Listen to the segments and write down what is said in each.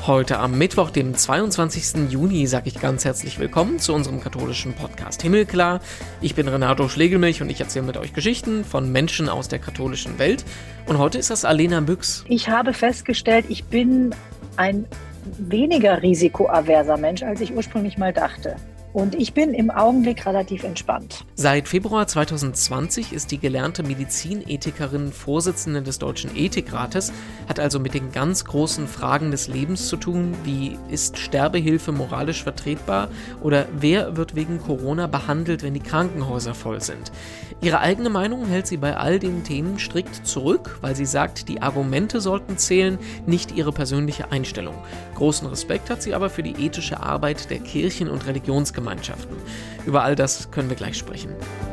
Heute am Mittwoch, dem 22. Juni, sage ich ganz herzlich willkommen zu unserem katholischen Podcast Himmelklar. Ich bin Renato Schlegelmilch und ich erzähle mit euch Geschichten von Menschen aus der katholischen Welt. Und heute ist das Alena Büchs. Ich habe festgestellt, ich bin ein weniger risikoaverser Mensch, als ich ursprünglich mal dachte. Und ich bin im Augenblick relativ entspannt. Seit Februar 2020 ist die gelernte Medizinethikerin Vorsitzende des Deutschen Ethikrates, hat also mit den ganz großen Fragen des Lebens zu tun, wie ist Sterbehilfe moralisch vertretbar oder wer wird wegen Corona behandelt, wenn die Krankenhäuser voll sind. Ihre eigene Meinung hält sie bei all den Themen strikt zurück, weil sie sagt, die Argumente sollten zählen, nicht ihre persönliche Einstellung. Großen Respekt hat sie aber für die ethische Arbeit der Kirchen und Religionsgemeinschaften. Über all das können wir gleich sprechen.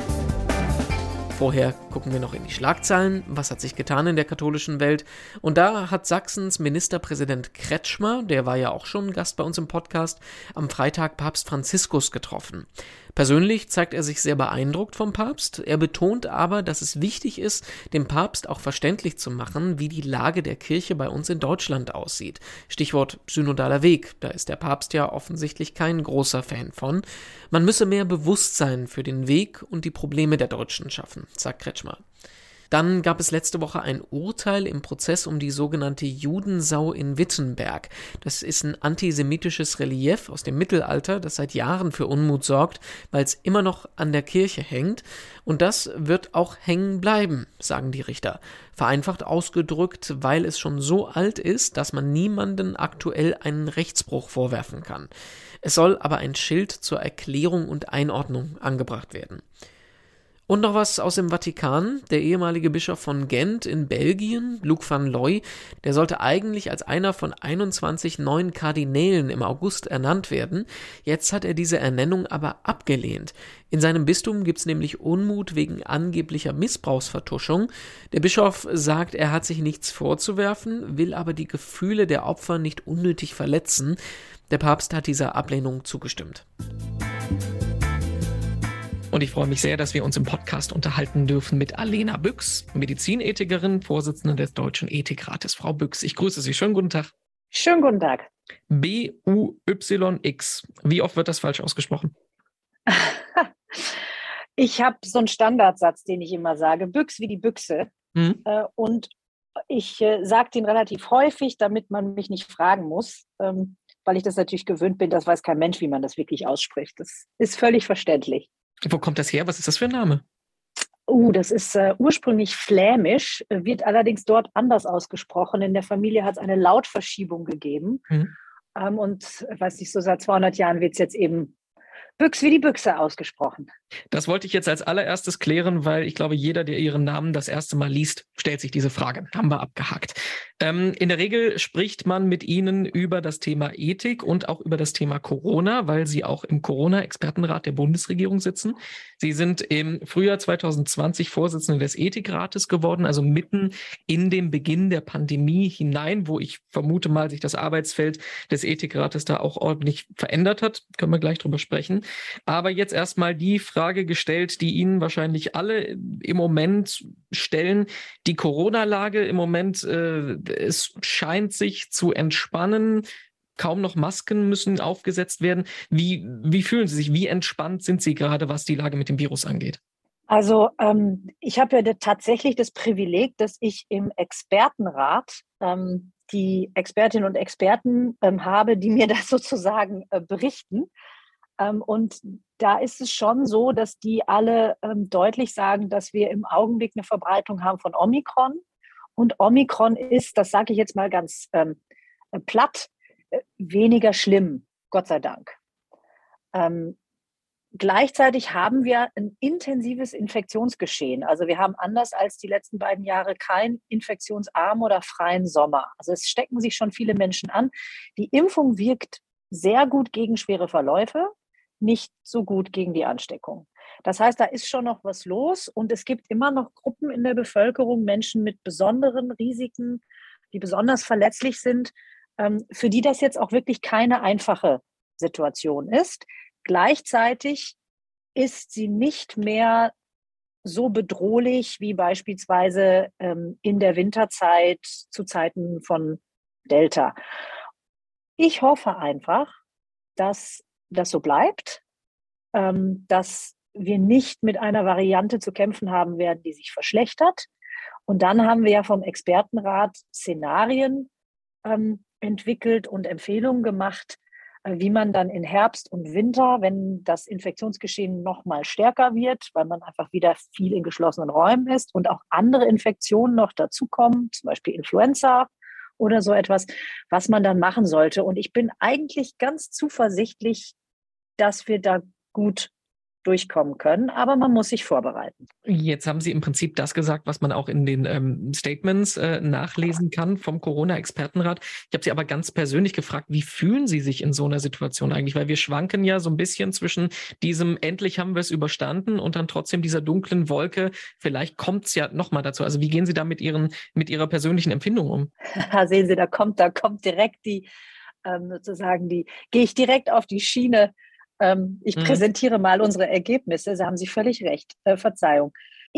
Vorher gucken wir noch in die Schlagzeilen. Was hat sich getan in der katholischen Welt? Und da hat Sachsens Ministerpräsident Kretschmer, der war ja auch schon Gast bei uns im Podcast, am Freitag Papst Franziskus getroffen. Persönlich zeigt er sich sehr beeindruckt vom Papst. Er betont aber, dass es wichtig ist, dem Papst auch verständlich zu machen, wie die Lage der Kirche bei uns in Deutschland aussieht. Stichwort synodaler Weg. Da ist der Papst ja offensichtlich kein großer Fan von. Man müsse mehr Bewusstsein für den Weg und die Probleme der Deutschen schaffen, sagt Kretschmer. Dann gab es letzte Woche ein Urteil im Prozess um die sogenannte Judensau in Wittenberg. Das ist ein antisemitisches Relief aus dem Mittelalter, das seit Jahren für Unmut sorgt, weil es immer noch an der Kirche hängt. Und das wird auch hängen bleiben, sagen die Richter. Vereinfacht ausgedrückt, weil es schon so alt ist, dass man niemanden aktuell einen Rechtsbruch vorwerfen kann. Es soll aber ein Schild zur Erklärung und Einordnung angebracht werden. Und noch was aus dem Vatikan. Der ehemalige Bischof von Gent in Belgien, Luc van Looy, der sollte eigentlich als einer von 21 neuen Kardinälen im August ernannt werden. Jetzt hat er diese Ernennung aber abgelehnt. In seinem Bistum gibt es nämlich Unmut wegen angeblicher Missbrauchsvertuschung. Der Bischof sagt, er hat sich nichts vorzuwerfen, will aber die Gefühle der Opfer nicht unnötig verletzen. Der Papst hat dieser Ablehnung zugestimmt. Und ich freue mich sehr, dass wir uns im Podcast unterhalten dürfen mit Alena Büchs, Medizinethikerin, Vorsitzende des Deutschen Ethikrates. Frau Büchs, ich grüße Sie. Schönen guten Tag. Schönen guten Tag. B-U-Y-X. Wie oft wird das falsch ausgesprochen? Ich habe so einen Standardsatz, den ich immer sage. Büchs wie die Büchse. Und ich sage den relativ häufig, damit man mich nicht fragen muss, weil ich das natürlich gewöhnt bin. Das weiß kein Mensch, wie man das wirklich ausspricht. Das ist völlig verständlich. Wo kommt das her? Was ist das für ein Name? Das ist ursprünglich flämisch, wird allerdings dort anders ausgesprochen. In der Familie hat es eine Lautverschiebung gegeben. Und weiß nicht, so seit 200 Jahren wird es jetzt eben Büchs wie die Büchse ausgesprochen. Das wollte ich jetzt als allererstes klären, weil ich glaube, jeder, der Ihren Namen das erste Mal liest, stellt sich diese Frage. Haben wir abgehakt. In der Regel spricht man mit Ihnen über das Thema Ethik und auch über das Thema Corona, weil Sie auch im Corona-Expertenrat der Bundesregierung sitzen. Sie sind im Frühjahr 2020 Vorsitzende des Ethikrates geworden, also mitten in den Beginn der Pandemie hinein, wo ich vermute mal, sich das Arbeitsfeld des Ethikrates da auch ordentlich verändert hat. Können wir gleich drüber sprechen. Aber jetzt erstmal die Frage gestellt, die Ihnen wahrscheinlich alle im Moment stellen. Die Corona-Lage im Moment, es scheint sich zu entspannen. Kaum noch Masken müssen aufgesetzt werden. Wie fühlen Sie sich? Wie entspannt sind Sie gerade, was die Lage mit dem Virus angeht? Also ich habe ja tatsächlich das Privileg, dass ich im Expertenrat die Expertinnen und Experten habe, die mir das sozusagen berichten. Und da ist es schon so, dass die alle deutlich sagen, dass wir im Augenblick eine Verbreitung haben von Omikron. Und Omikron ist, das sage ich jetzt mal ganz platt, weniger schlimm, Gott sei Dank. Gleichzeitig haben wir ein intensives Infektionsgeschehen. Also wir haben anders als die letzten beiden Jahre keinen infektionsarmen oder freien Sommer. Also es stecken sich schon viele Menschen an. Die Impfung wirkt sehr gut gegen schwere Verläufe, nicht so gut gegen die Ansteckung. Das heißt, da ist schon noch was los und es gibt immer noch Gruppen in der Bevölkerung, Menschen mit besonderen Risiken, die besonders verletzlich sind, für die das jetzt auch wirklich keine einfache Situation ist. Gleichzeitig ist sie nicht mehr so bedrohlich wie beispielsweise in der Winterzeit zu Zeiten von Delta. Ich hoffe einfach, dass das so bleibt, dass wir nicht mit einer Variante zu kämpfen haben werden, die sich verschlechtert. Und dann haben wir ja vom Expertenrat Szenarien entwickelt und Empfehlungen gemacht, wie man dann in Herbst und Winter, wenn das Infektionsgeschehen noch mal stärker wird, weil man einfach wieder viel in geschlossenen Räumen ist und auch andere Infektionen noch dazukommen, zum Beispiel Influenza oder so etwas, was man dann machen sollte. Und ich bin eigentlich ganz zuversichtlich, dass wir da gut durchkommen können, aber man muss sich vorbereiten. Jetzt haben Sie im Prinzip das gesagt, was man auch in den Statements nachlesen kann vom Corona-Expertenrat. Ich habe Sie aber ganz persönlich gefragt, wie fühlen Sie sich in so einer Situation eigentlich? Weil wir schwanken ja so ein bisschen zwischen diesem, endlich haben wir es überstanden und dann trotzdem dieser dunklen Wolke, vielleicht kommt es ja nochmal dazu. Also wie gehen Sie da mit Ihrer persönlichen Empfindung um? Sehen Sie, da kommt direkt gehe ich direkt auf die Schiene. Ich präsentiere mal unsere Ergebnisse. Da haben Sie völlig recht. Verzeihung.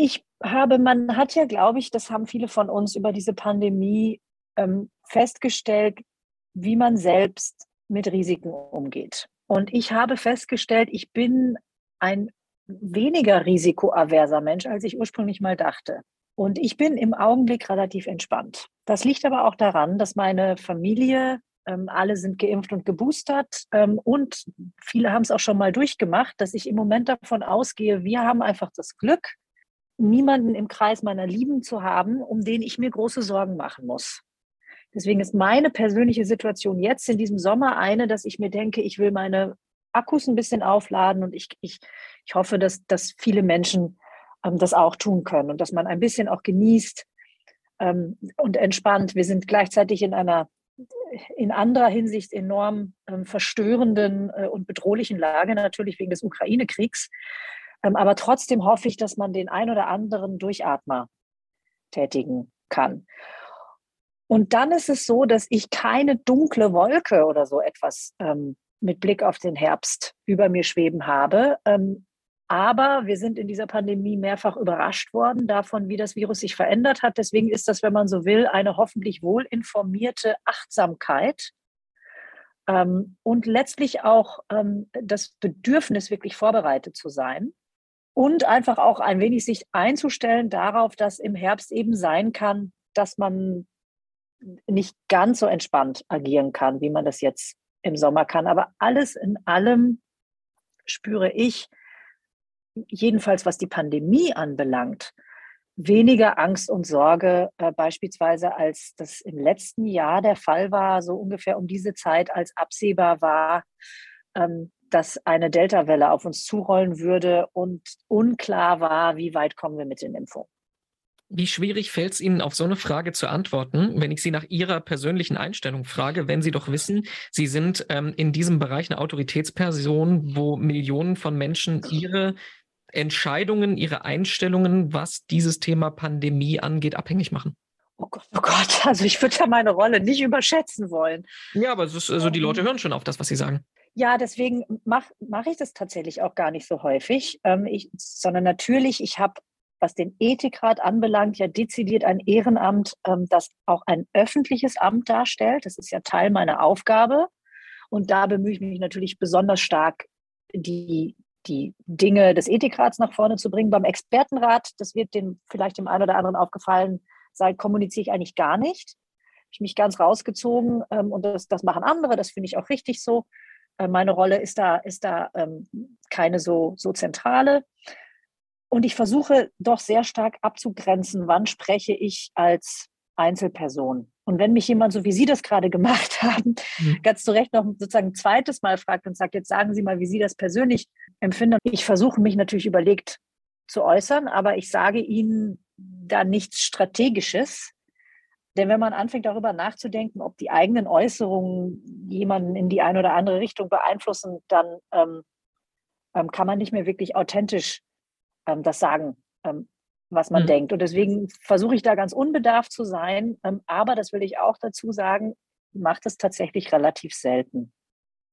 Man hat ja, glaube ich, das haben viele von uns über diese Pandemie festgestellt, wie man selbst mit Risiken umgeht. Und ich habe festgestellt, ich bin ein weniger risikoaverser Mensch, als ich ursprünglich mal dachte. Und ich bin im Augenblick relativ entspannt. Das liegt aber auch daran, dass meine Familie, alle sind geimpft und geboostert, und viele haben es auch schon mal durchgemacht, dass ich im Moment davon ausgehe, wir haben einfach das Glück, niemanden im Kreis meiner Lieben zu haben, um den ich mir große Sorgen machen muss. Deswegen ist meine persönliche Situation jetzt in diesem Sommer eine, dass ich mir denke, ich will meine Akkus ein bisschen aufladen und ich hoffe, dass viele Menschen das auch tun können und dass man ein bisschen auch genießt und entspannt. Wir sind gleichzeitig in anderer Hinsicht enorm verstörenden und bedrohlichen Lage, natürlich wegen des Ukraine-Kriegs. Aber trotzdem hoffe ich, dass man den ein oder anderen Durchatmer tätigen kann. Und dann ist es so, dass ich keine dunkle Wolke oder so etwas mit Blick auf den Herbst über mir schweben habe. Aber wir sind in dieser Pandemie mehrfach überrascht worden davon, wie das Virus sich verändert hat. Deswegen ist das, wenn man so will, eine hoffentlich wohlinformierte Achtsamkeit und letztlich auch das Bedürfnis, wirklich vorbereitet zu sein und einfach auch ein wenig sich einzustellen darauf, dass im Herbst eben sein kann, dass man nicht ganz so entspannt agieren kann, wie man das jetzt im Sommer kann. Aber alles in allem spüre ich, jedenfalls was die Pandemie anbelangt, weniger Angst und Sorge beispielsweise, als das im letzten Jahr der Fall war, so ungefähr um diese Zeit, als absehbar war, dass eine Delta-Welle auf uns zurollen würde und unklar war, wie weit kommen wir mit den Impfungen. Wie schwierig fällt es Ihnen, auf so eine Frage zu antworten, wenn ich Sie nach Ihrer persönlichen Einstellung frage, wenn Sie doch wissen, Sie sind in diesem Bereich eine Autoritätsperson, wo Millionen von Menschen ihre Entscheidungen, ihre Einstellungen, was dieses Thema Pandemie angeht, abhängig machen? Oh Gott, also ich würde ja meine Rolle nicht überschätzen wollen. Ja, aber es ist, also die Leute hören schon auf das, was Sie sagen. Ja, deswegen mach ich das tatsächlich auch gar nicht so häufig, sondern natürlich, ich habe, was den Ethikrat anbelangt, ja dezidiert ein Ehrenamt, das auch ein öffentliches Amt darstellt. Das ist ja Teil meiner Aufgabe. Und da bemühe ich mich natürlich besonders stark, die Dinge des Ethikrats nach vorne zu bringen. Beim Expertenrat, das wird vielleicht dem einen oder anderen aufgefallen sein, kommuniziere ich eigentlich gar nicht. Habe ich mich ganz rausgezogen und das machen andere, das finde ich auch richtig so. Meine Rolle ist da keine so zentrale. Und ich versuche doch sehr stark abzugrenzen, wann spreche ich als Einzelperson. Und wenn mich jemand, so wie Sie das gerade gemacht haben, ganz zu Recht noch sozusagen ein zweites Mal fragt und sagt, jetzt sagen Sie mal, wie Sie das persönlich empfinden. Ich versuche mich natürlich überlegt zu äußern, aber ich sage Ihnen da nichts Strategisches. Denn wenn man anfängt, darüber nachzudenken, ob die eigenen Äußerungen jemanden in die eine oder andere Richtung beeinflussen, dann kann man nicht mehr wirklich authentisch das sagen, was man denkt. Und deswegen versuche ich da ganz unbedarft zu sein. Aber das will ich auch dazu sagen, macht es tatsächlich relativ selten.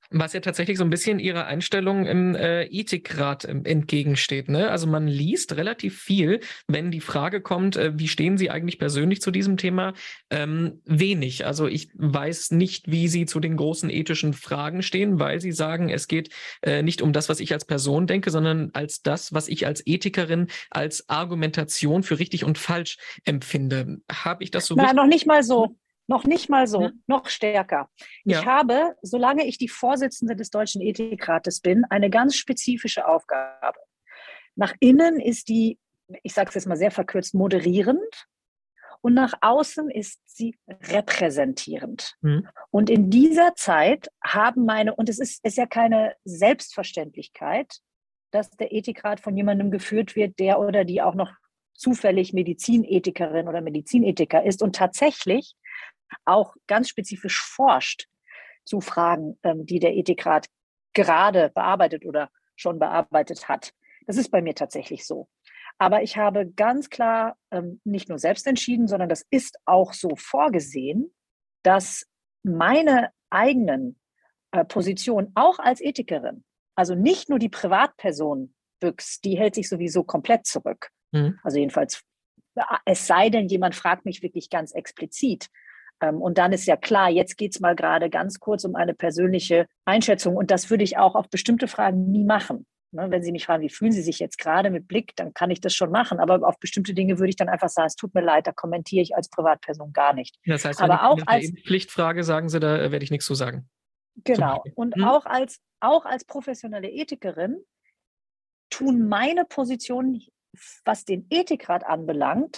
Was ja tatsächlich so ein bisschen ihrer Einstellung im Ethikrat entgegensteht, ne? Also man liest relativ viel, wenn die Frage kommt, wie stehen Sie eigentlich persönlich zu diesem Thema? Wenig. Also ich weiß nicht, wie Sie zu den großen ethischen Fragen stehen, weil Sie sagen, es geht nicht um das, was ich als Person denke, sondern als das, was ich als Ethikerin als Argumentation für richtig und falsch empfinde. Habe ich das so Na, richtig? noch nicht mal so. Noch nicht mal so, Mhm. noch stärker. Ich Ja. habe, solange ich die Vorsitzende des Deutschen Ethikrates bin, eine ganz spezifische Aufgabe. Nach innen ist die, ich sage es jetzt mal sehr verkürzt, moderierend und nach außen ist sie repräsentierend. Mhm. Und in dieser Zeit haben und es ist ja keine Selbstverständlichkeit, dass der Ethikrat von jemandem geführt wird, der oder die auch noch zufällig Medizinethikerin oder Medizinethiker ist und tatsächlich auch ganz spezifisch forscht zu Fragen, die der Ethikrat gerade bearbeitet oder schon bearbeitet hat. Das ist bei mir tatsächlich so. Aber ich habe ganz klar nicht nur selbst entschieden, sondern das ist auch so vorgesehen, dass meine eigenen Positionen auch als Ethikerin, also nicht nur die Privatperson Büchs, die hält sich sowieso komplett zurück. Mhm. Also jedenfalls, es sei denn, jemand fragt mich wirklich ganz explizit. Und dann ist ja klar, jetzt geht es mal gerade ganz kurz um eine persönliche Einschätzung. Und das würde ich auch auf bestimmte Fragen nie machen. Ne, wenn Sie mich fragen, wie fühlen Sie sich jetzt gerade mit Blick, dann kann ich das schon machen. Aber auf bestimmte Dinge würde ich dann einfach sagen, es tut mir leid, da kommentiere ich als Privatperson gar nicht. Das heißt, wenn ich Aber auch nach der als, Impfpflicht frage, sagen Sie, da werde ich nichts zu sagen. Zum genau, Beispiel. und Mhm. auch als professionelle Ethikerin tun meine Positionen, was den Ethikrat anbelangt,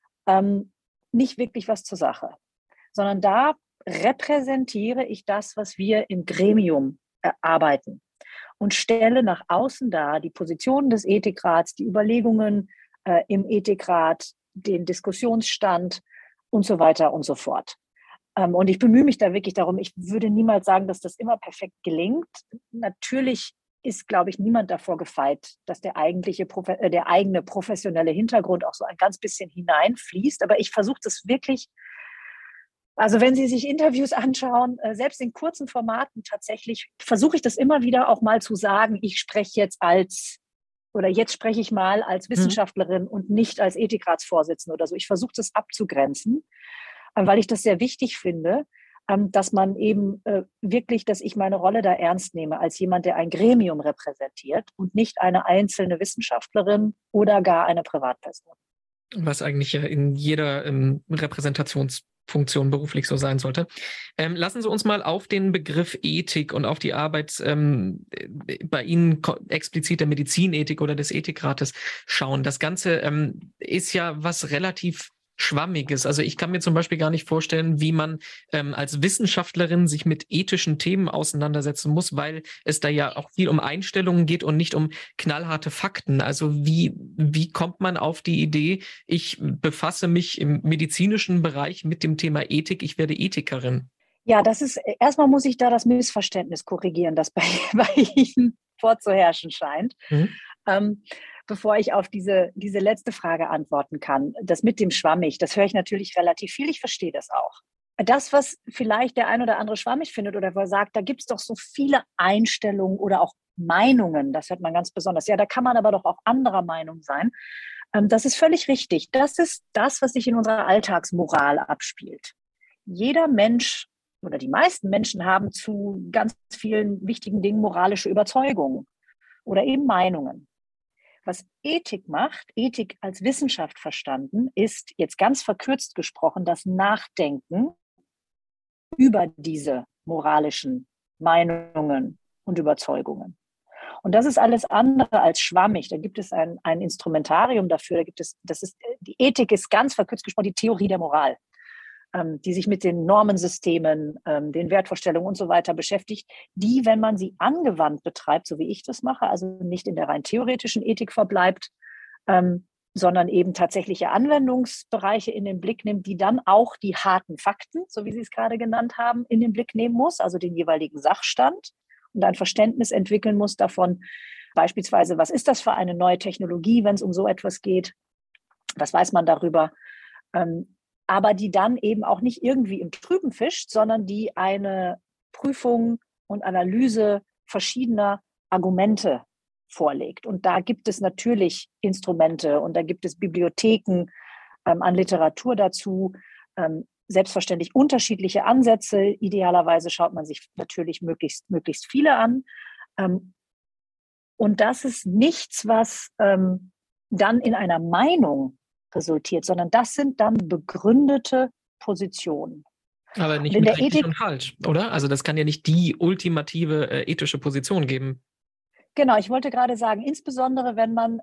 nicht wirklich was zur Sache, sondern da repräsentiere ich das, was wir im Gremium erarbeiten und stelle nach außen dar die Positionen des Ethikrats, die Überlegungen im Ethikrat, den Diskussionsstand und so weiter und so fort. Und ich bemühe mich da wirklich darum, ich würde niemals sagen, dass das immer perfekt gelingt. Natürlich ist, glaube ich, niemand davor gefeit, dass der eigene professionelle Hintergrund auch so ein ganz bisschen hineinfließt. Aber ich versuche das wirklich, also wenn Sie sich Interviews anschauen, selbst in kurzen Formaten tatsächlich, versuche ich das immer wieder auch mal zu sagen, ich spreche jetzt jetzt spreche ich mal als Mhm. Wissenschaftlerin und nicht als Ethikratsvorsitzende oder so. Ich versuche das abzugrenzen, weil ich das sehr wichtig finde, dass man eben wirklich, dass ich meine Rolle da ernst nehme als jemand, der ein Gremium repräsentiert und nicht eine einzelne Wissenschaftlerin oder gar eine Privatperson. Was eigentlich ja in jeder Repräsentationsfunktion beruflich so sein sollte. Lassen Sie uns mal auf den Begriff Ethik und auf die Arbeit bei Ihnen explizit der Medizinethik oder des Ethikrates schauen. Das Ganze ist ja was relativ Schwammiges. Also ich kann mir zum Beispiel gar nicht vorstellen, wie man als Wissenschaftlerin sich mit ethischen Themen auseinandersetzen muss, weil es da ja auch viel um Einstellungen geht und nicht um knallharte Fakten. Also wie kommt man auf die Idee, ich befasse mich im medizinischen Bereich mit dem Thema Ethik, ich werde Ethikerin? Ja, erstmal muss ich da das Missverständnis korrigieren, das bei Ihnen vorzuherrschen scheint. Mhm. Ähm, Bevor ich auf diese letzte Frage antworten kann. Das mit dem schwammig, das höre ich natürlich relativ viel. Ich verstehe das auch. Das, was vielleicht der ein oder andere schwammig findet oder wo er sagt, da gibt es doch so viele Einstellungen oder auch Meinungen, das hört man ganz besonders. Ja, da kann man aber doch auch anderer Meinung sein. Das ist völlig richtig. Das ist das, was sich in unserer Alltagsmoral abspielt. Jeder Mensch oder die meisten Menschen haben zu ganz vielen wichtigen Dingen moralische Überzeugungen oder eben Meinungen. Was Ethik macht, Ethik als Wissenschaft verstanden, ist jetzt ganz verkürzt gesprochen das Nachdenken über diese moralischen Meinungen und Überzeugungen. Und das ist alles andere als schwammig. Da gibt es ein Instrumentarium dafür. Die Ethik ist ganz verkürzt gesprochen die Theorie der Moral, die sich mit den Normensystemen, den Wertvorstellungen und so weiter beschäftigt, die, wenn man sie angewandt betreibt, so wie ich das mache, also nicht in der rein theoretischen Ethik verbleibt, sondern eben tatsächliche Anwendungsbereiche in den Blick nimmt, die dann auch die harten Fakten, so wie Sie es gerade genannt haben, in den Blick nehmen muss, also den jeweiligen Sachstand und ein Verständnis entwickeln muss davon, beispielsweise, was ist das für eine neue Technologie, wenn es um so etwas geht, was weiß man darüber, aber die dann eben auch nicht irgendwie im Trüben fischt, sondern die eine Prüfung und Analyse verschiedener Argumente vorlegt. Und da gibt es natürlich Instrumente und da gibt es Bibliotheken an Literatur dazu, selbstverständlich unterschiedliche Ansätze. Idealerweise schaut man sich natürlich möglichst viele an. Und das ist nichts, was dann in einer Meinung resultiert, sondern das sind dann begründete Positionen. Aber nicht mit richtig und falsch, oder? Also das kann ja nicht die ultimative ethische Position geben. Genau, ich wollte gerade sagen, insbesondere wenn man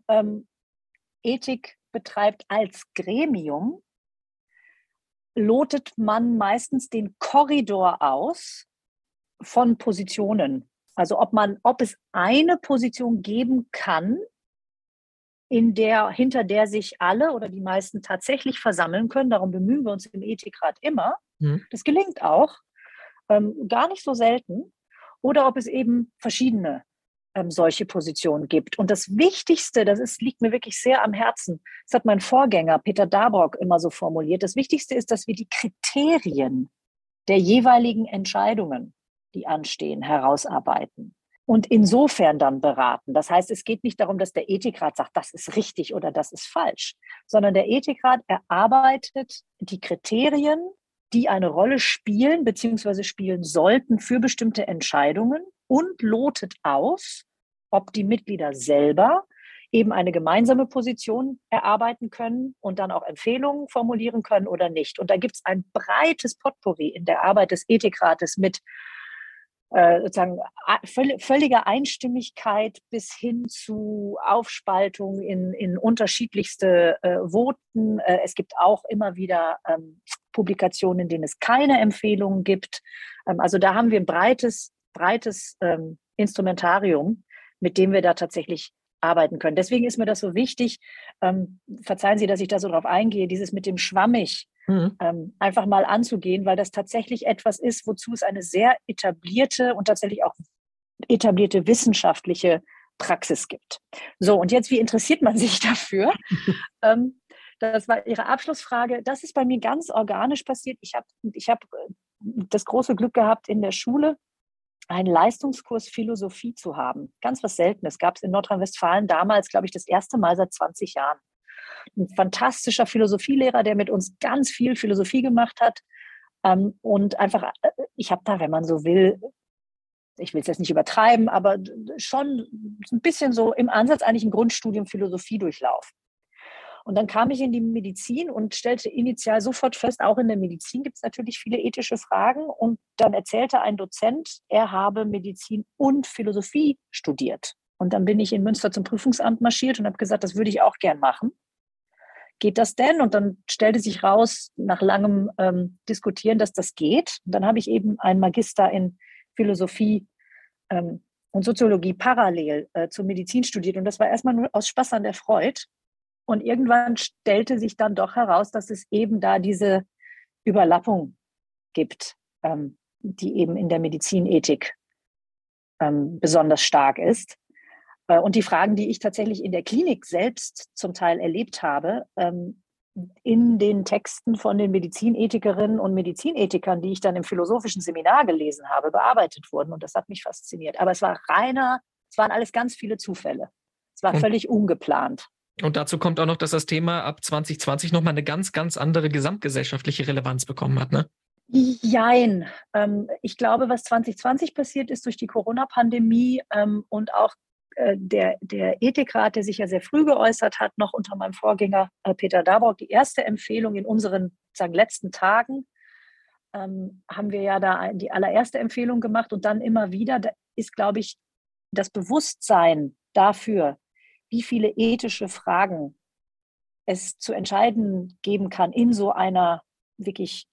Ethik betreibt als Gremium, lotet man meistens den Korridor aus von Positionen. Also ob es eine Position geben kann, hinter der sich alle oder die meisten tatsächlich versammeln können. Darum bemühen wir uns im Ethikrat immer. Das gelingt auch, gar nicht so selten. Oder ob es eben verschiedene solche Positionen gibt. Und das Wichtigste, liegt mir wirklich sehr am Herzen, das hat mein Vorgänger Peter Dabrock immer so formuliert, das Wichtigste ist, dass wir die Kriterien der jeweiligen Entscheidungen, die anstehen, herausarbeiten und insofern dann beraten. Das heißt, es geht nicht darum, dass der Ethikrat sagt, das ist richtig oder das ist falsch, sondern der Ethikrat erarbeitet die Kriterien, die eine Rolle spielen bzw. spielen sollten für bestimmte Entscheidungen und lotet aus, ob die Mitglieder selber eben eine gemeinsame Position erarbeiten können und dann auch Empfehlungen formulieren können oder nicht. Und da gibt es ein breites Potpourri in der Arbeit des Ethikrates mit sozusagen völliger Einstimmigkeit bis hin zu Aufspaltung in unterschiedlichste Voten. Es gibt auch immer wieder Publikationen, in denen es keine Empfehlungen gibt. Also da haben wir ein breites Instrumentarium, mit dem wir da tatsächlich arbeiten können. Deswegen ist mir das so wichtig, verzeihen Sie, dass ich da so drauf eingehe, dieses mit dem schwammig einfach mal anzugehen, weil das tatsächlich etwas ist, wozu es eine sehr etablierte und tatsächlich auch etablierte wissenschaftliche Praxis gibt. So, und jetzt, wie interessiert man sich dafür? Das war Ihre Abschlussfrage. Das ist bei mir ganz organisch passiert. Ich hab das große Glück gehabt, in der Schule einen Leistungskurs Philosophie zu haben. Ganz was Seltenes. Gab es in Nordrhein-Westfalen damals, glaube ich, das erste Mal seit 20 Jahren. Ein fantastischer Philosophielehrer, der mit uns ganz viel Philosophie gemacht hat. Und einfach, ich habe da, wenn man so will, ich will es jetzt nicht übertreiben, aber schon ein bisschen so im Ansatz eigentlich ein Grundstudium Philosophie durchlaufen. Und dann kam ich in die Medizin und stellte initial sofort fest, auch in der Medizin gibt es natürlich viele ethische Fragen. Und dann erzählte ein Dozent, er habe Medizin und Philosophie studiert. Und dann bin ich in Münster zum Prüfungsamt marschiert und habe gesagt, das würde ich auch gern machen. Geht das denn? Und dann stellte sich raus, nach langem Diskutieren, dass das geht. Und dann habe ich eben einen Magister in Philosophie und Soziologie parallel zur Medizin studiert. Und das war erstmal nur aus Spaß an der Freude. Und irgendwann stellte sich dann doch heraus, dass es eben da diese Überlappung gibt, die eben in der Medizinethik besonders stark ist. Und die Fragen, die ich tatsächlich in der Klinik selbst zum Teil erlebt habe, in den Texten von den Medizinethikerinnen und Medizinethikern, die ich dann im philosophischen Seminar gelesen habe, bearbeitet wurden. Und das hat mich fasziniert. Aber es waren alles ganz viele Zufälle. Es war völlig ungeplant. Und dazu kommt auch noch, dass das Thema ab 2020 nochmal eine ganz, ganz andere gesamtgesellschaftliche Relevanz bekommen hat, ne? Jein. Ich glaube, was 2020 passiert ist durch die Corona-Pandemie und auch der Ethikrat, der sich ja sehr früh geäußert hat, noch unter meinem Vorgänger Peter Dabrock, die erste Empfehlung in unseren letzten Tagen, haben wir ja da die allererste Empfehlung gemacht und dann immer wieder, da ist, glaube ich, das Bewusstsein dafür, wie viele ethische Fragen es zu entscheiden geben kann in so einer wirklich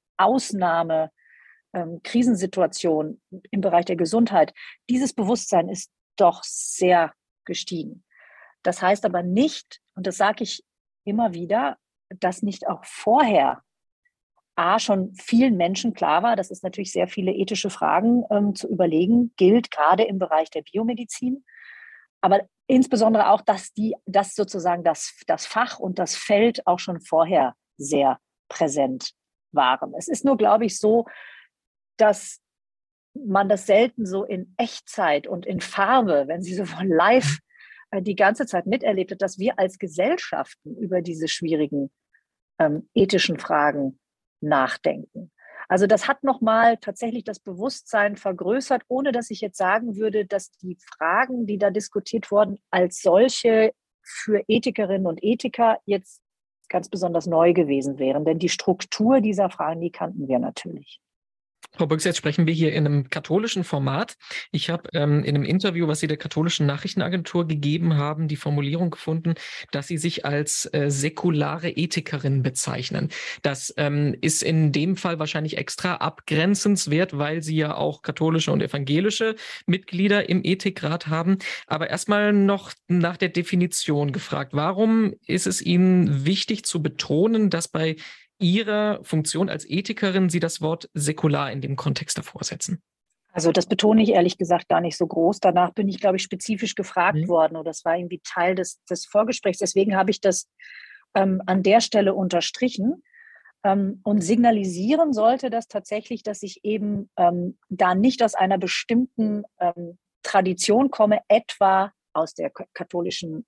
Krisensituation im Bereich der Gesundheit. Dieses Bewusstsein ist doch sehr gestiegen. Das heißt aber nicht, und das sage ich immer wieder, dass nicht auch vorher schon vielen Menschen klar war, dass es natürlich sehr viele ethische Fragen zu überlegen gilt, gerade im Bereich der Biomedizin. Aber insbesondere auch, dass sozusagen das Fach und das Feld auch schon vorher sehr präsent waren. Es ist nur, glaube ich, so, dass man das selten so in Echtzeit und in Farbe, wenn Sie so wollen, live die ganze Zeit miterlebt hat, dass wir als Gesellschaften über diese schwierigen ethischen Fragen nachdenken. Also das hat nochmal tatsächlich das Bewusstsein vergrößert, ohne dass ich jetzt sagen würde, dass die Fragen, die da diskutiert wurden, als solche für Ethikerinnen und Ethiker jetzt ganz besonders neu gewesen wären. Denn die Struktur dieser Fragen, die kannten wir natürlich. Frau Büchs, jetzt sprechen wir hier in einem katholischen Format. Ich habe in einem Interview, was Sie der katholischen Nachrichtenagentur gegeben haben, die Formulierung gefunden, dass Sie sich als säkulare Ethikerin bezeichnen. Das ist in dem Fall wahrscheinlich extra abgrenzenswert, weil Sie ja auch katholische und evangelische Mitglieder im Ethikrat haben. Aber erstmal noch nach der Definition gefragt. Warum ist es Ihnen wichtig zu betonen, dass bei Ihrer Funktion als Ethikerin Sie das Wort säkular in dem Kontext davor setzen? Also das betone ich ehrlich gesagt gar nicht so groß. Danach bin ich, glaube ich, spezifisch gefragt worden oder das war irgendwie Teil des Vorgesprächs. Deswegen habe ich das an der Stelle unterstrichen und signalisieren sollte das tatsächlich, dass ich eben da nicht aus einer bestimmten Tradition komme, etwa aus der katholischen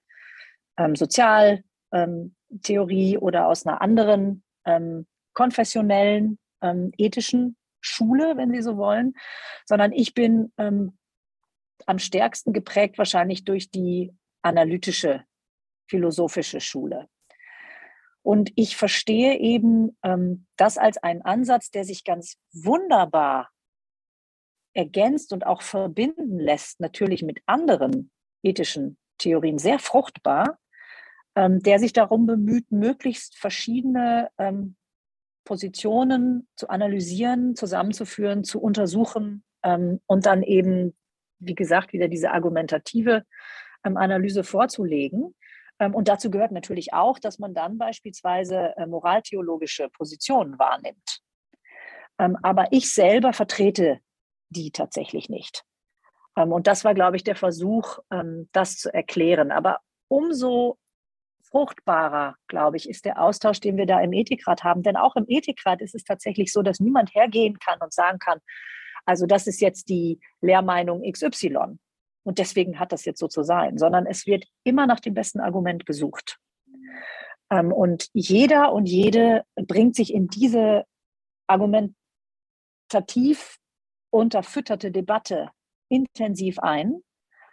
Sozialtheorie oder aus einer anderen konfessionellen, ethischen Schule, wenn Sie so wollen, sondern ich bin am stärksten geprägt wahrscheinlich durch die analytische, philosophische Schule. Und ich verstehe eben das als einen Ansatz, der sich ganz wunderbar ergänzt und auch verbinden lässt, natürlich mit anderen ethischen Theorien, sehr fruchtbar, der sich darum bemüht, möglichst verschiedene Positionen zu analysieren, zusammenzuführen, zu untersuchen und dann eben, wie gesagt, wieder diese argumentative Analyse vorzulegen. Und dazu gehört natürlich auch, dass man dann beispielsweise moraltheologische Positionen wahrnimmt. Aber ich selber vertrete die tatsächlich nicht. Und das war, glaube ich, der Versuch, das zu erklären. Aber umso fruchtbarer, glaube ich, ist der Austausch, den wir da im Ethikrat haben. Denn auch im Ethikrat ist es tatsächlich so, dass niemand hergehen kann und sagen kann, also das ist jetzt die Lehrmeinung XY und deswegen hat das jetzt so zu sein, sondern es wird immer nach dem besten Argument gesucht. Und jeder und jede bringt sich in diese argumentativ unterfütterte Debatte intensiv ein,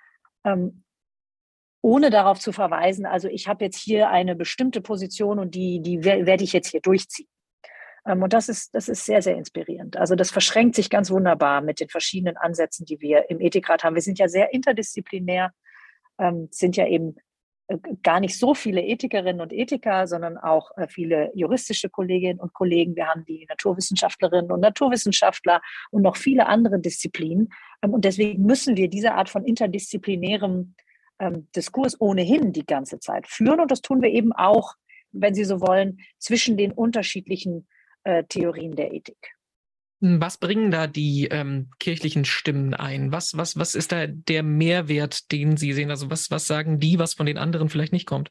ohne darauf zu verweisen, also ich habe jetzt hier eine bestimmte Position und die werde ich jetzt hier durchziehen. Und das ist sehr, sehr inspirierend. Also das verschränkt sich ganz wunderbar mit den verschiedenen Ansätzen, die wir im Ethikrat haben. Wir sind ja sehr interdisziplinär, sind ja eben gar nicht so viele Ethikerinnen und Ethiker, sondern auch viele juristische Kolleginnen und Kollegen. Wir haben die Naturwissenschaftlerinnen und Naturwissenschaftler und noch viele andere Disziplinen. Und deswegen müssen wir diese Art von interdisziplinärem Diskurs ohnehin die ganze Zeit führen. Und das tun wir eben auch, wenn Sie so wollen, zwischen den unterschiedlichen Theorien der Ethik. Was bringen da die kirchlichen Stimmen ein? Was ist da der Mehrwert, den Sie sehen? Also was sagen die, was von den anderen vielleicht nicht kommt?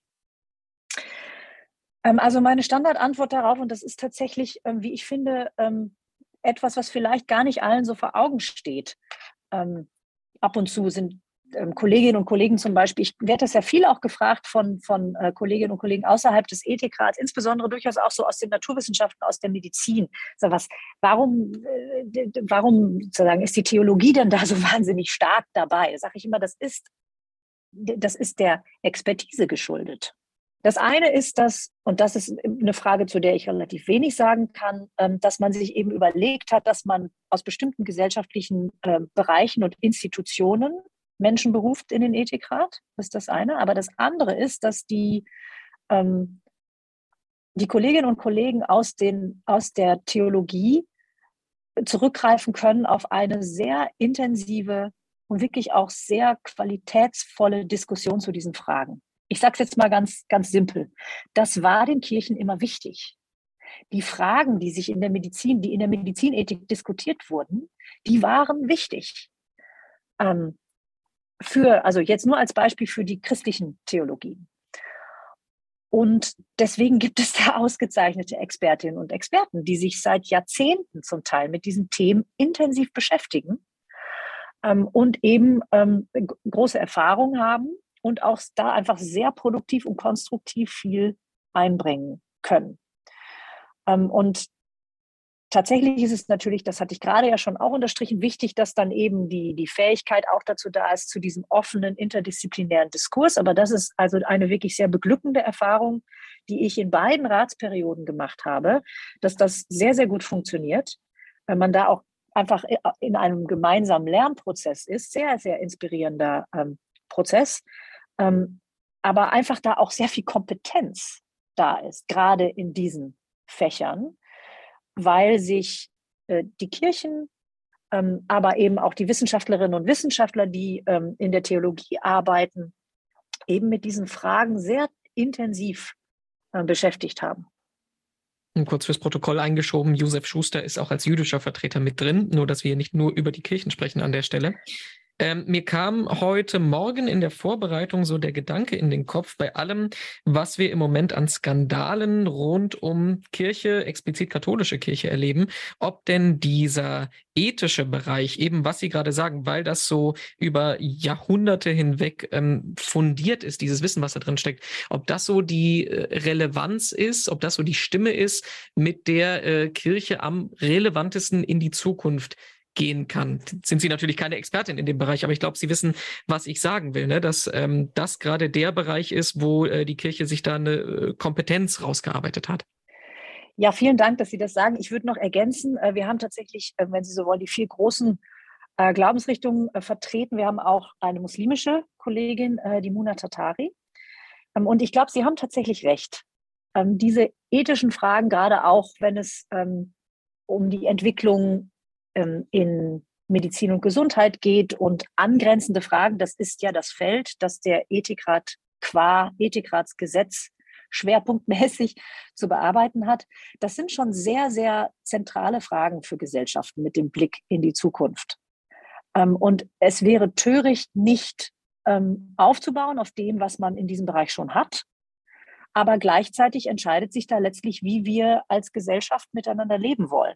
Also meine Standardantwort darauf, und das ist tatsächlich, wie ich finde, etwas, was vielleicht gar nicht allen so vor Augen steht. Ab und zu sind Kolleginnen und Kollegen zum Beispiel, ich werde das ja viel auch gefragt von Kolleginnen und Kollegen außerhalb des Ethikrats, insbesondere durchaus auch so aus den Naturwissenschaften, aus der Medizin. So warum sozusagen ist die Theologie denn da so wahnsinnig stark dabei? Da sage ich immer, das ist der Expertise geschuldet. Das eine ist und das ist eine Frage, zu der ich relativ wenig sagen kann, dass man sich eben überlegt hat, dass man aus bestimmten gesellschaftlichen Bereichen und Institutionen Menschen beruft in den Ethikrat. Das ist das eine. Aber das andere ist, dass die Kolleginnen und Kollegen aus der Theologie zurückgreifen können auf eine sehr intensive und wirklich auch sehr qualitätsvolle Diskussion zu diesen Fragen. Ich sage es jetzt mal ganz, ganz simpel. Das war den Kirchen immer wichtig. Die Fragen, die in der Medizinethik diskutiert wurden, die waren wichtig. Also jetzt nur als Beispiel für die christlichen Theologien. Und deswegen gibt es da ausgezeichnete Expertinnen und Experten, die sich seit Jahrzehnten zum Teil mit diesen Themen intensiv beschäftigen und eben große Erfahrung haben und auch da einfach sehr produktiv und konstruktiv viel einbringen können. Und tatsächlich ist es natürlich, das hatte ich gerade ja schon auch unterstrichen, wichtig, dass dann eben die Fähigkeit auch dazu da ist, zu diesem offenen, interdisziplinären Diskurs. Aber das ist also eine wirklich sehr beglückende Erfahrung, die ich in beiden Ratsperioden gemacht habe, dass das sehr, sehr gut funktioniert, weil man da auch einfach in einem gemeinsamen Lernprozess ist, sehr, sehr inspirierender Prozess, aber einfach da auch sehr viel Kompetenz da ist, gerade in diesen Fächern, weil sich die Kirchen, aber eben auch die Wissenschaftlerinnen und Wissenschaftler, die in der Theologie arbeiten, eben mit diesen Fragen sehr intensiv beschäftigt haben. Und kurz fürs Protokoll eingeschoben, Josef Schuster ist auch als jüdischer Vertreter mit drin, nur dass wir nicht nur über die Kirchen sprechen an der Stelle. Mir kam heute Morgen in der Vorbereitung so der Gedanke in den Kopf, bei allem, was wir im Moment an Skandalen rund um Kirche, explizit katholische Kirche erleben, ob denn dieser ethische Bereich, eben was Sie gerade sagen, weil das so über Jahrhunderte hinweg fundiert ist, dieses Wissen, was da drin steckt, ob das so die Relevanz ist, ob das so die Stimme ist, mit der Kirche am relevantesten in die Zukunft gehen kann. Sind Sie natürlich keine Expertin in dem Bereich, aber ich glaube, Sie wissen, was ich sagen will, ne? Dass das gerade der Bereich ist, wo die Kirche sich da eine Kompetenz rausgearbeitet hat. Ja, vielen Dank, dass Sie das sagen. Ich würde noch ergänzen, wir haben tatsächlich, wenn Sie so wollen, die 4 großen Glaubensrichtungen vertreten. Wir haben auch eine muslimische Kollegin, die Muna Tatari. Und ich glaube, Sie haben tatsächlich recht. Diese ethischen Fragen, gerade auch, wenn es um die Entwicklung in Medizin und Gesundheit geht und angrenzende Fragen, das ist ja das Feld, das der Ethikrat qua Ethikratsgesetz schwerpunktmäßig zu bearbeiten hat. Das sind schon sehr, sehr zentrale Fragen für Gesellschaften mit dem Blick in die Zukunft. Und es wäre töricht, nicht aufzubauen auf dem, was man in diesem Bereich schon hat. Aber gleichzeitig entscheidet sich da letztlich, wie wir als Gesellschaft miteinander leben wollen.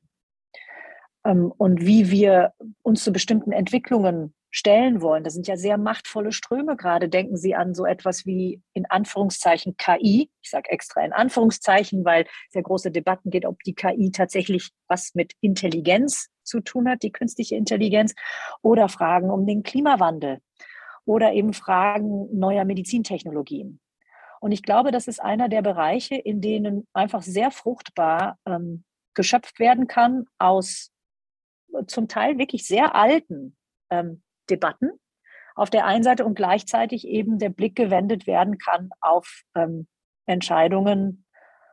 Und wie wir uns zu bestimmten Entwicklungen stellen wollen. Das sind ja sehr machtvolle Ströme gerade. Denken Sie an so etwas wie in Anführungszeichen KI. Ich sage extra in Anführungszeichen, weil es ja große Debatten geht, ob die KI tatsächlich was mit Intelligenz zu tun hat, die künstliche Intelligenz, oder Fragen um den Klimawandel oder eben Fragen neuer Medizintechnologien. Und ich glaube, das ist einer der Bereiche, in denen einfach sehr fruchtbar geschöpft werden kann aus zum Teil wirklich sehr alten Debatten auf der einen Seite und gleichzeitig eben der Blick gewendet werden kann auf Entscheidungen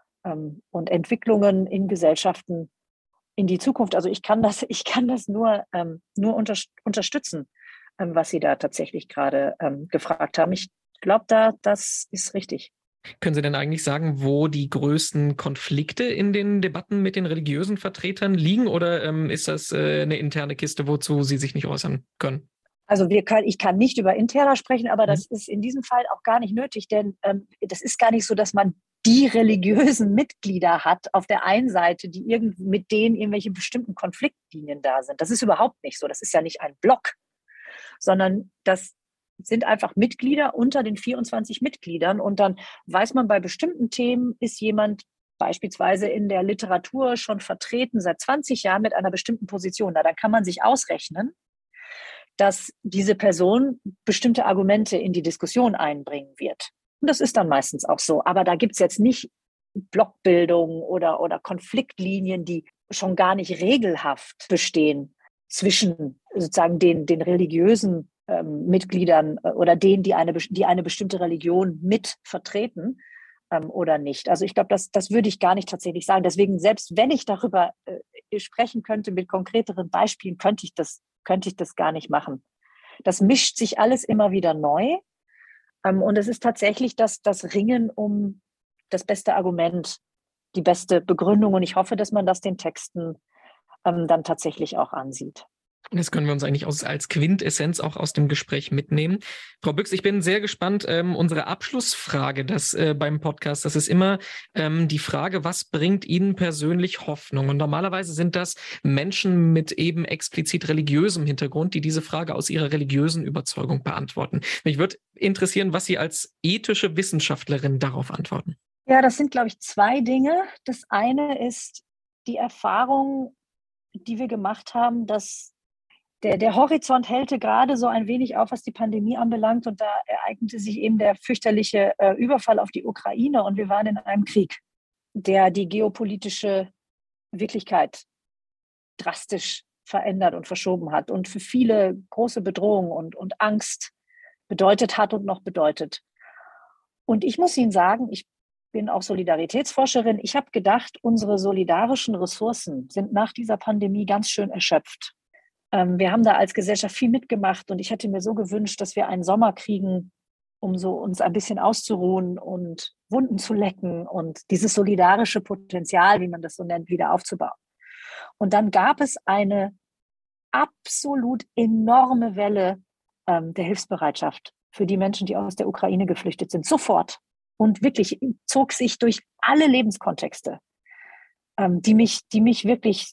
und Entwicklungen in Gesellschaften in die Zukunft. Also ich kann das nur unterstützen, was Sie da tatsächlich gerade gefragt haben. Ich glaube, das ist richtig. Können Sie denn eigentlich sagen, wo die größten Konflikte in den Debatten mit den religiösen Vertretern liegen, oder ist das eine interne Kiste, wozu Sie sich nicht äußern können? Also ich kann nicht über Interna sprechen, aber das ist in diesem Fall auch gar nicht nötig, denn das ist gar nicht so, dass man die religiösen Mitglieder hat auf der einen Seite, die mit denen irgendwelche bestimmten Konfliktlinien da sind. Das ist überhaupt nicht so. Das ist ja nicht ein Block, sondern das sind einfach Mitglieder unter den 24 Mitgliedern. Und dann weiß man, bei bestimmten Themen ist jemand beispielsweise in der Literatur schon vertreten seit 20 Jahren mit einer bestimmten Position. Na, dann kann man sich ausrechnen, dass diese Person bestimmte Argumente in die Diskussion einbringen wird. Und das ist dann meistens auch so. Aber da gibt es jetzt nicht Blockbildung oder Konfliktlinien, die schon gar nicht regelhaft bestehen zwischen sozusagen den religiösen Mitgliedern oder denen, die eine bestimmte Religion mit vertreten oder nicht. Also ich glaube, das würde ich gar nicht tatsächlich sagen. Deswegen, selbst wenn ich darüber sprechen könnte mit konkreteren Beispielen, könnte ich das gar nicht machen. Das mischt sich alles immer wieder neu. Und es ist tatsächlich das Ringen um das beste Argument, die beste Begründung. Und ich hoffe, dass man das den Texten dann tatsächlich auch ansieht. Das können wir uns eigentlich als Quintessenz auch aus dem Gespräch mitnehmen. Frau Büchs, ich bin sehr gespannt. Unsere Abschlussfrage beim Podcast, das ist immer die Frage, was bringt Ihnen persönlich Hoffnung? Und normalerweise sind das Menschen mit eben explizit religiösem Hintergrund, die diese Frage aus ihrer religiösen Überzeugung beantworten. Mich würde interessieren, was Sie als ethische Wissenschaftlerin darauf antworten. Ja, das sind, glaube ich, zwei Dinge. Das eine ist die Erfahrung, die wir gemacht haben, dass der Horizont hellte gerade so ein wenig auf, was die Pandemie anbelangt. Und da ereignete sich eben der fürchterliche Überfall auf die Ukraine. Und wir waren in einem Krieg, der die geopolitische Wirklichkeit drastisch verändert und verschoben hat und für viele große Bedrohung und Angst bedeutet hat und noch bedeutet. Und ich muss Ihnen sagen, ich bin auch Solidaritätsforscherin. Ich habe gedacht, unsere solidarischen Ressourcen sind nach dieser Pandemie ganz schön erschöpft. Wir haben da als Gesellschaft viel mitgemacht und ich hätte mir so gewünscht, dass wir einen Sommer kriegen, um so uns ein bisschen auszuruhen und Wunden zu lecken und dieses solidarische Potenzial, wie man das so nennt, wieder aufzubauen. Und dann gab es eine absolut enorme Welle der Hilfsbereitschaft für die Menschen, die aus der Ukraine geflüchtet sind, sofort. Und wirklich zog sich durch alle Lebenskontexte, die mich wirklich,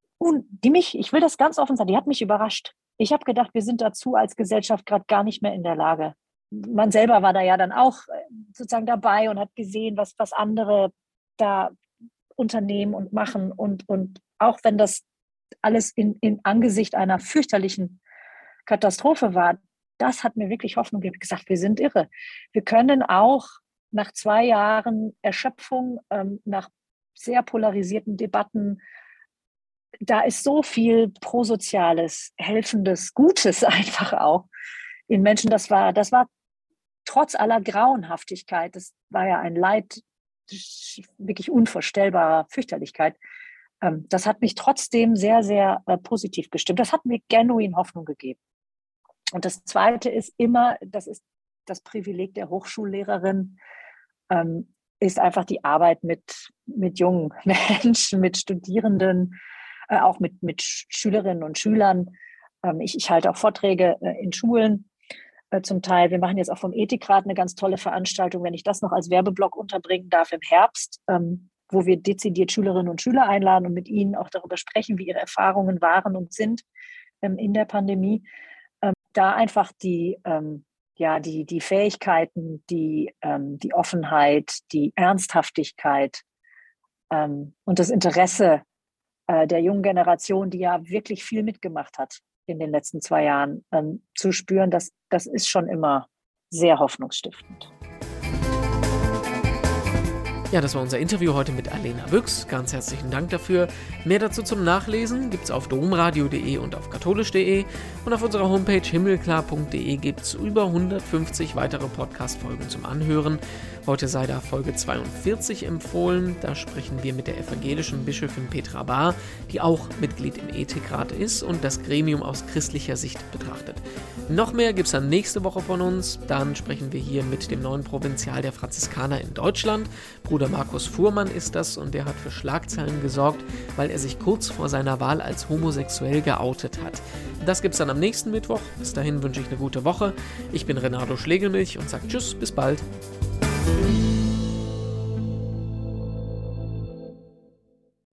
ich will das ganz offen sagen, die hat mich überrascht. Ich habe gedacht, wir sind dazu als Gesellschaft gerade gar nicht mehr in der Lage. Man selber war da ja dann auch sozusagen dabei und hat gesehen, was andere da unternehmen und machen. Und auch wenn das alles in Angesicht einer fürchterlichen Katastrophe war, das hat mir wirklich Hoffnung gegeben. Ich habe gesagt, wir sind irre. Wir können auch nach 2 Jahren Erschöpfung, nach sehr polarisierten Debatten, da ist so viel Prosoziales, Helfendes, Gutes einfach auch in Menschen. Das war trotz aller Grauenhaftigkeit, das war ja ein Leid wirklich unvorstellbarer Fürchterlichkeit. Das hat mich trotzdem sehr, sehr positiv gestimmt. Das hat mir genuin Hoffnung gegeben. Und das Zweite ist immer, das ist das Privileg der Hochschullehrerin, ist einfach die Arbeit mit jungen Menschen, mit Studierenden, auch mit Schülerinnen und Schülern. Ich halte auch Vorträge in Schulen zum Teil. Wir machen jetzt auch vom Ethikrat eine ganz tolle Veranstaltung, wenn ich das noch als Werbeblock unterbringen darf, im Herbst, wo wir dezidiert Schülerinnen und Schüler einladen und mit ihnen auch darüber sprechen, wie ihre Erfahrungen waren und sind in der Pandemie. Da einfach die Fähigkeiten, die Offenheit, die Ernsthaftigkeit und das Interesse der jungen Generation, die ja wirklich viel mitgemacht hat in den letzten 2 Jahren, zu spüren, das ist schon immer sehr hoffnungsstiftend. Ja, das war unser Interview heute mit Alena Büchs. Ganz herzlichen Dank dafür. Mehr dazu zum Nachlesen gibt es auf domradio.de und auf katholisch.de. Und auf unserer Homepage himmelklar.de gibt es über 150 weitere Podcast-Folgen zum Anhören. Heute sei da Folge 42 empfohlen. Da sprechen wir mit der evangelischen Bischöfin Petra Bahr, die auch Mitglied im Ethikrat ist und das Gremium aus christlicher Sicht betrachtet. Noch mehr gibt es dann nächste Woche von uns. Dann sprechen wir hier mit dem neuen Provinzial der Franziskaner in Deutschland. Bruder Markus Fuhrmann ist das und der hat für Schlagzeilen gesorgt, weil er sich kurz vor seiner Wahl als homosexuell geoutet hat. Das gibt's dann am nächsten Mittwoch. Bis dahin wünsche ich eine gute Woche. Ich bin Renato Schlegelmilch und sage Tschüss, bis bald.